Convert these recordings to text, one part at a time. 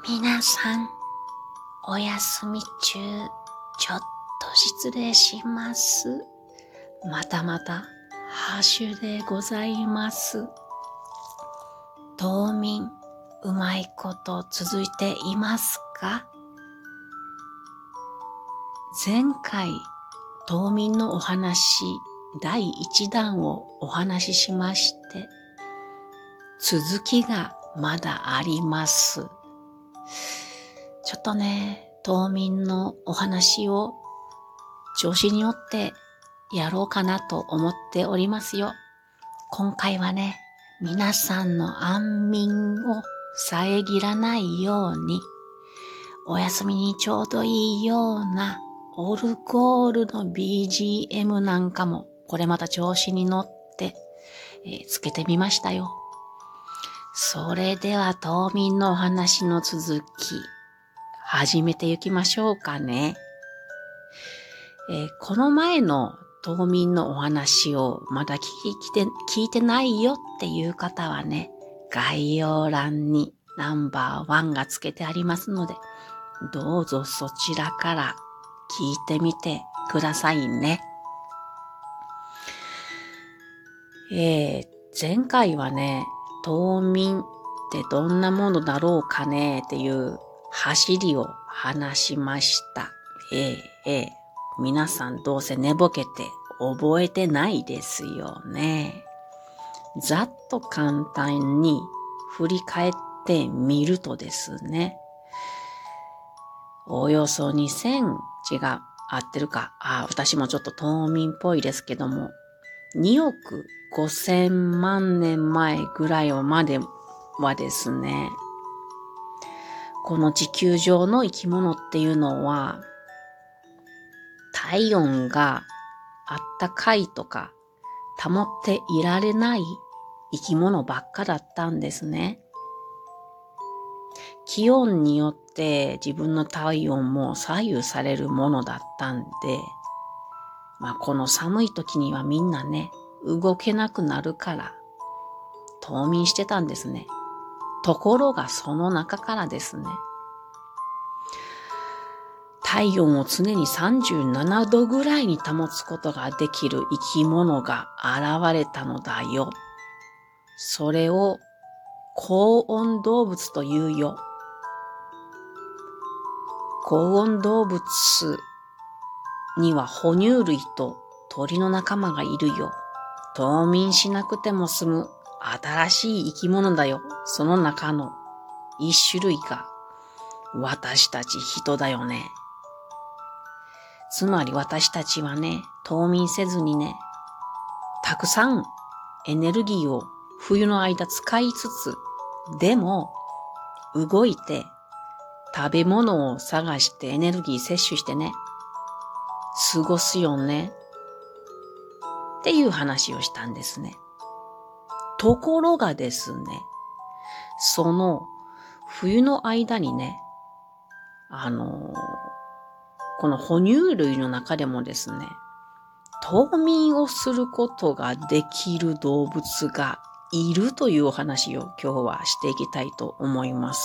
皆さん、お休み中、ちょっと失礼します。またまた、ハッシュでございます。冬眠、うまいこと続いていますか？前回、冬眠のお話、第1弾をお話ししまして、続きがまだあります。ちょっとね、冬眠のお話を調子に乗ってやろうかなと思っておりますよ。今回はね、皆さんの安眠を遮らないように、お休みにちょうどいいようなオルゴールの BGM なんかも、これまた調子に乗って、つけてみましたよ。それでは冬眠のお話の続き、始めていきましょうかね。この前の冬眠のお話をまだ聞いてないよっていう方はね、概要欄にナンバー1がつけてありますので、どうぞそちらから聞いてみてくださいね。前回はね、冬眠ってどんなものだろうかねっていう走りを話しました。皆さんどうせ寝ぼけて覚えてないですよね。ざっと簡単に振り返ってみるとですね、およそ2000違う、合ってるか。私もちょっと冬眠っぽいですけども、2億5000万年前ぐらいまではですね、この地球上の生き物っていうのは、体温があったかいとか保っていられない生き物ばっかだったんですね。気温によって自分の体温も左右されるものだったんで、この寒い時にはみんなね、動けなくなるから冬眠してたんですね。ところがその中からですね、体温を常に37度ぐらいに保つことができる生き物が現れたのだよ。それを高温動物というよ。高温動物には哺乳類と鳥の仲間がいるよ。冬眠しなくても済む新しい生き物だよ。その中の一種類が私たち人だよね。つまり私たちはね、冬眠せずにね、たくさんエネルギーを冬の間使いつつ、でも動いて食べ物を探してエネルギー摂取してね、過ごすよね。っていう話をしたんですね。ところがですね、その冬の間にね、この哺乳類の中でもですね、冬眠をすることができる動物がいるというお話を今日はしていきたいと思います。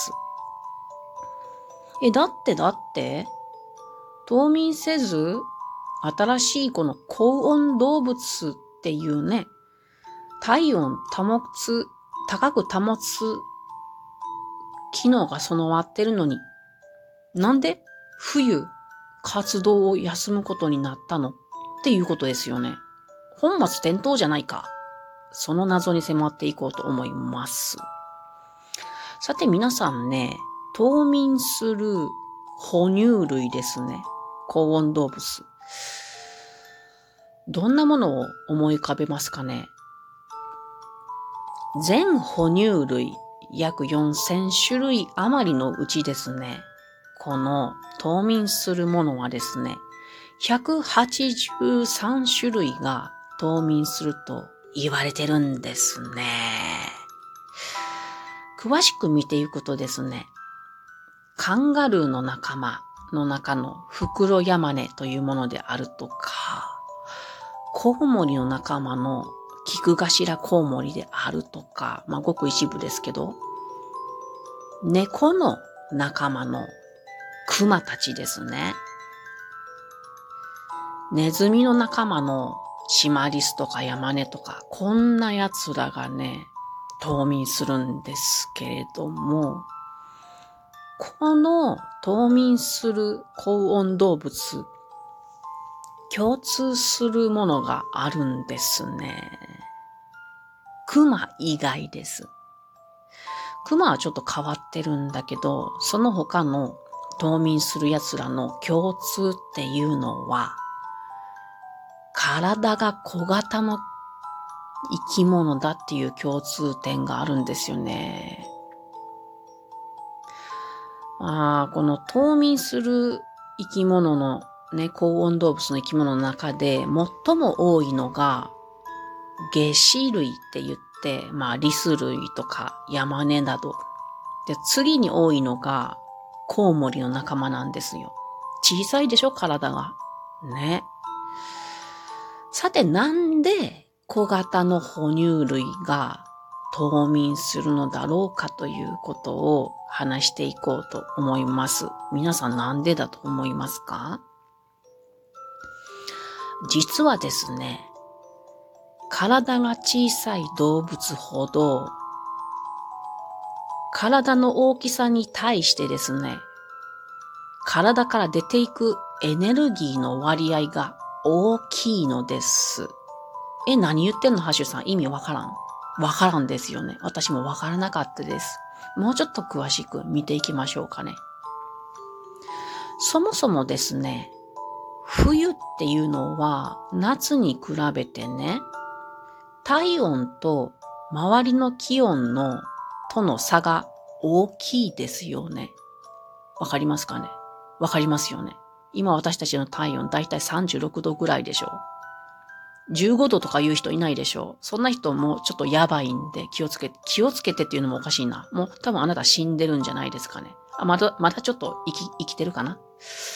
だって冬眠せず新しいこの高温動物っていうね、体温高く保つ機能が備わってるのに、なんで冬活動を休むことになったのっていうことですよね。本末転倒じゃないか。その謎に迫っていこうと思います。さて皆さんね、冬眠する哺乳類ですね。高温動物。どんなものを思い浮かべますかね。全哺乳類約4000種類余りのうちですね、この冬眠するものはですね、183種類が冬眠すると言われてるんですね。詳しく見ていくとですね、カンガルーの仲間の中のフクロヤマネというものであるとか、コウモリの仲間のキクガシラコウモリであるとか、ごく一部ですけど、猫の仲間のクマたちですね。ネズミの仲間のシマリスとかヤマネとか、こんな奴らがね、冬眠するんですけれども、この冬眠する高温動物、共通するものがあるんですね。クマ以外です。クマはちょっと変わってるんだけど、その他の冬眠する奴らの共通っていうのは、体が小型の生き物だっていう共通点があるんですよね。この冬眠する生き物のね、高温動物の生き物の中で最も多いのが、下肢類って言って、リス類とかヤマネなど。で、次に多いのが、コウモリの仲間なんですよ。小さいでしょ、体が。ね。さて、なんで小型の哺乳類が冬眠するのだろうかということを話していこうと思います。皆さんなんでだと思いますか？実はですね、体が小さい動物ほど、体の大きさに対してですね、体から出ていくエネルギーの割合が大きいのです。何言ってんのハッシュさん、意味わからん。わからんですよね。私もわからなかったです。もうちょっと詳しく見ていきましょうかね。そもそもですね、冬っていうのは夏に比べてね、体温と周りの気温との差が大きいですよね。わかりますかね？わかりますよね。今私たちの体温だいたい36度ぐらいでしょう。15度とか言う人いないでしょう。そんな人もちょっとやばいんで気をつけてっていうのもおかしいな。もう多分あなた死んでるんじゃないですかね。まだちょっと生きてるかな。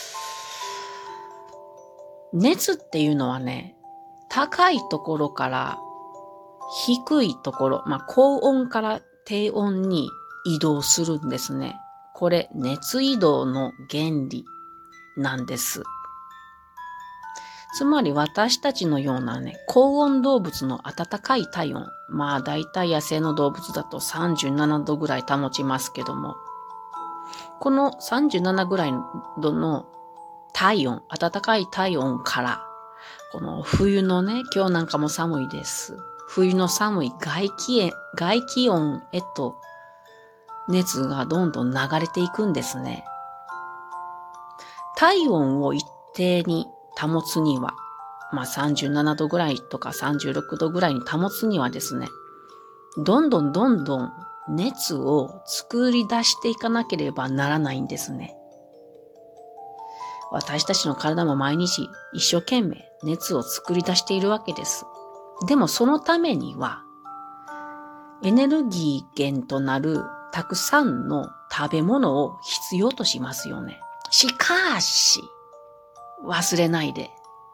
熱っていうのはね、高いところから低いところ、高温から低温に移動するんですね。これ、熱移動の原理なんです。つまり私たちのようなね、高温動物の暖かい体温。だいたい野生の動物だと37度ぐらい保ちますけども、この37ぐらい度の体温、暖かい体温から、この冬のね、今日なんかも寒いです。冬の寒い外気温へと熱がどんどん流れていくんですね。体温を一定に保つには、37度ぐらいとか36度ぐらいに保つにはですね、どんどん熱を作り出していかなければならないんですね。私たちの体も毎日一生懸命熱を作り出しているわけです。でもそのためには、エネルギー源となるたくさんの食べ物を必要としますよね。しかし、忘れないで。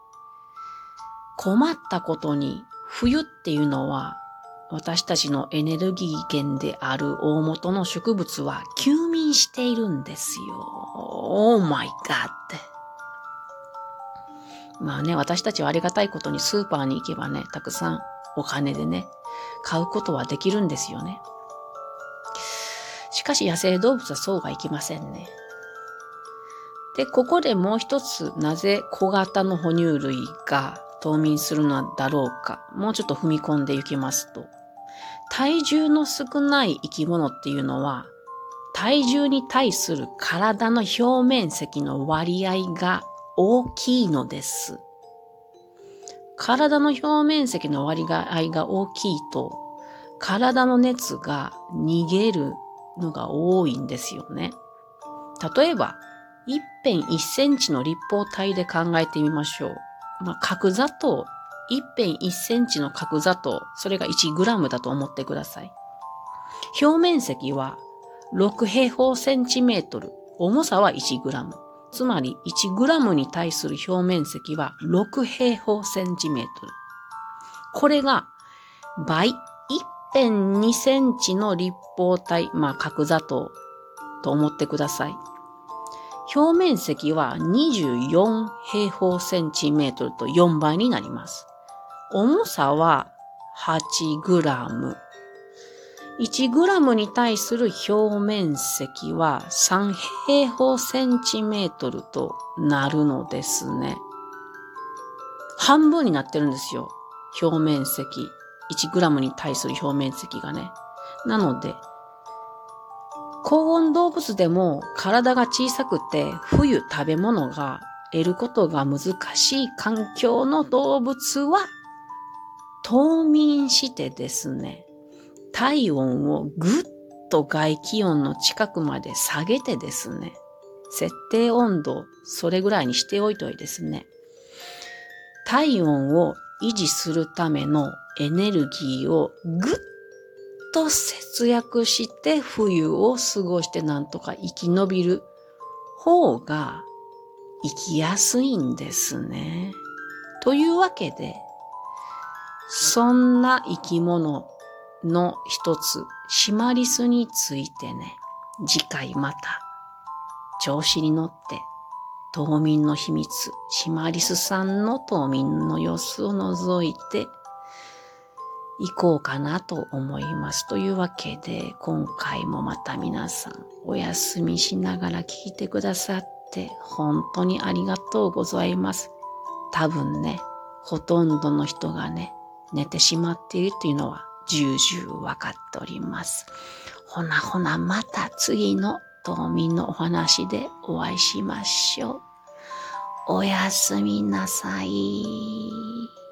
困ったことに、冬っていうのは、私たちのエネルギー源である大元の植物は休眠しているんですよ。Oh my God。私たちはありがたいことにスーパーに行けばね、たくさんお金でね、買うことはできるんですよね。しかし野生動物はそうはいきませんね。で、ここでもう一つ、なぜ小型の哺乳類が冬眠するのだろうか、もうちょっと踏み込んでいきますと、体重の少ない生き物っていうのは、体重に対する体の表面積の割合が大きいのです。体の表面積の割合が大きいと、体の熱が逃げるのが多いんですよね。例えば、一辺1センチの立方体で考えてみましょう。角砂糖、一辺1センチの角砂糖、それが1グラムだと思ってください。表面積は6平方センチメートル、重さは1グラム。つまり1グラムに対する表面積は6平方センチメートル。これが倍、1辺2センチの立方体、角砂糖と思ってください。表面積は24平方センチメートルと4倍になります。重さは8グラム。1グラムに対する表面積は3平方センチメートルとなるのですね。半分になってるんですよ。表面積。1グラムに対する表面積がね。なので、高温動物でも体が小さくて冬食べ物が得ることが難しい環境の動物は冬眠してですね、体温をぐっと外気温の近くまで下げてですね、設定温度それぐらいにしておいといてですね、体温を維持するためのエネルギーをぐっと節約して冬を過ごしてなんとか生き延びる方が生きやすいんですね。というわけで、そんな生き物の一つ、シマリスについてね、次回また調子に乗って冬眠の秘密、シマリスさんの冬眠の様子を覗いていこうかなと思います。というわけで、今回もまた皆さんお休みしながら聞いてくださって本当にありがとうございます。多分ね、ほとんどの人がね、寝てしまっているというのは重々わかっております。ほなほなまた次の冬眠のお話でお会いしましょう。おやすみなさい。